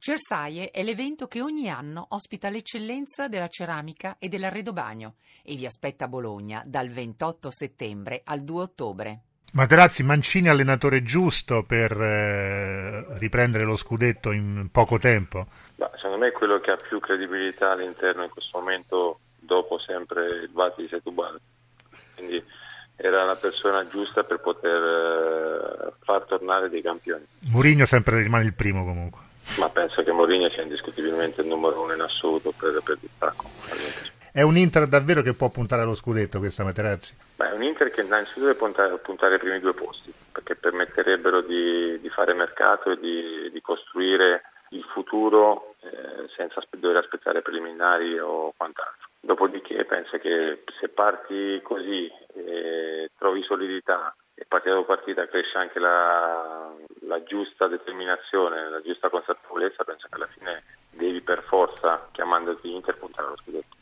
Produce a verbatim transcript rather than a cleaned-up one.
Cersaie è l'evento che ogni anno ospita l'eccellenza della ceramica e dell'arredobagno e vi aspetta a Bologna dal ventotto settembre al due ottobre. Materazzi, Mancini allenatore giusto per eh, riprendere lo scudetto in poco tempo? Ma secondo me è quello che ha più credibilità all'interno in questo momento, dopo sempre il Vati di Setúbal. Quindi era la persona giusta per poter eh, far tornare dei campioni. Mourinho sempre rimane il primo comunque. Ma penso che Mourinho sia indiscutibilmente il numero uno in assoluto per, per distacco. È un Inter davvero che può puntare allo scudetto questa Materazzi? Beh, è un Inter che innanzitutto deve puntare, puntare ai primi due posti, perché permetterebbero di, di fare mercato e di, di costruire il futuro eh, senza aspe- dover aspettare preliminari o quant'altro. Dopodiché penso che se parti così, eh, trovi solidità e partita dopo partita cresce anche la, la giusta determinazione, la giusta consapevolezza, penso che alla fine devi per forza, chiamandoti Inter, puntare allo scudetto.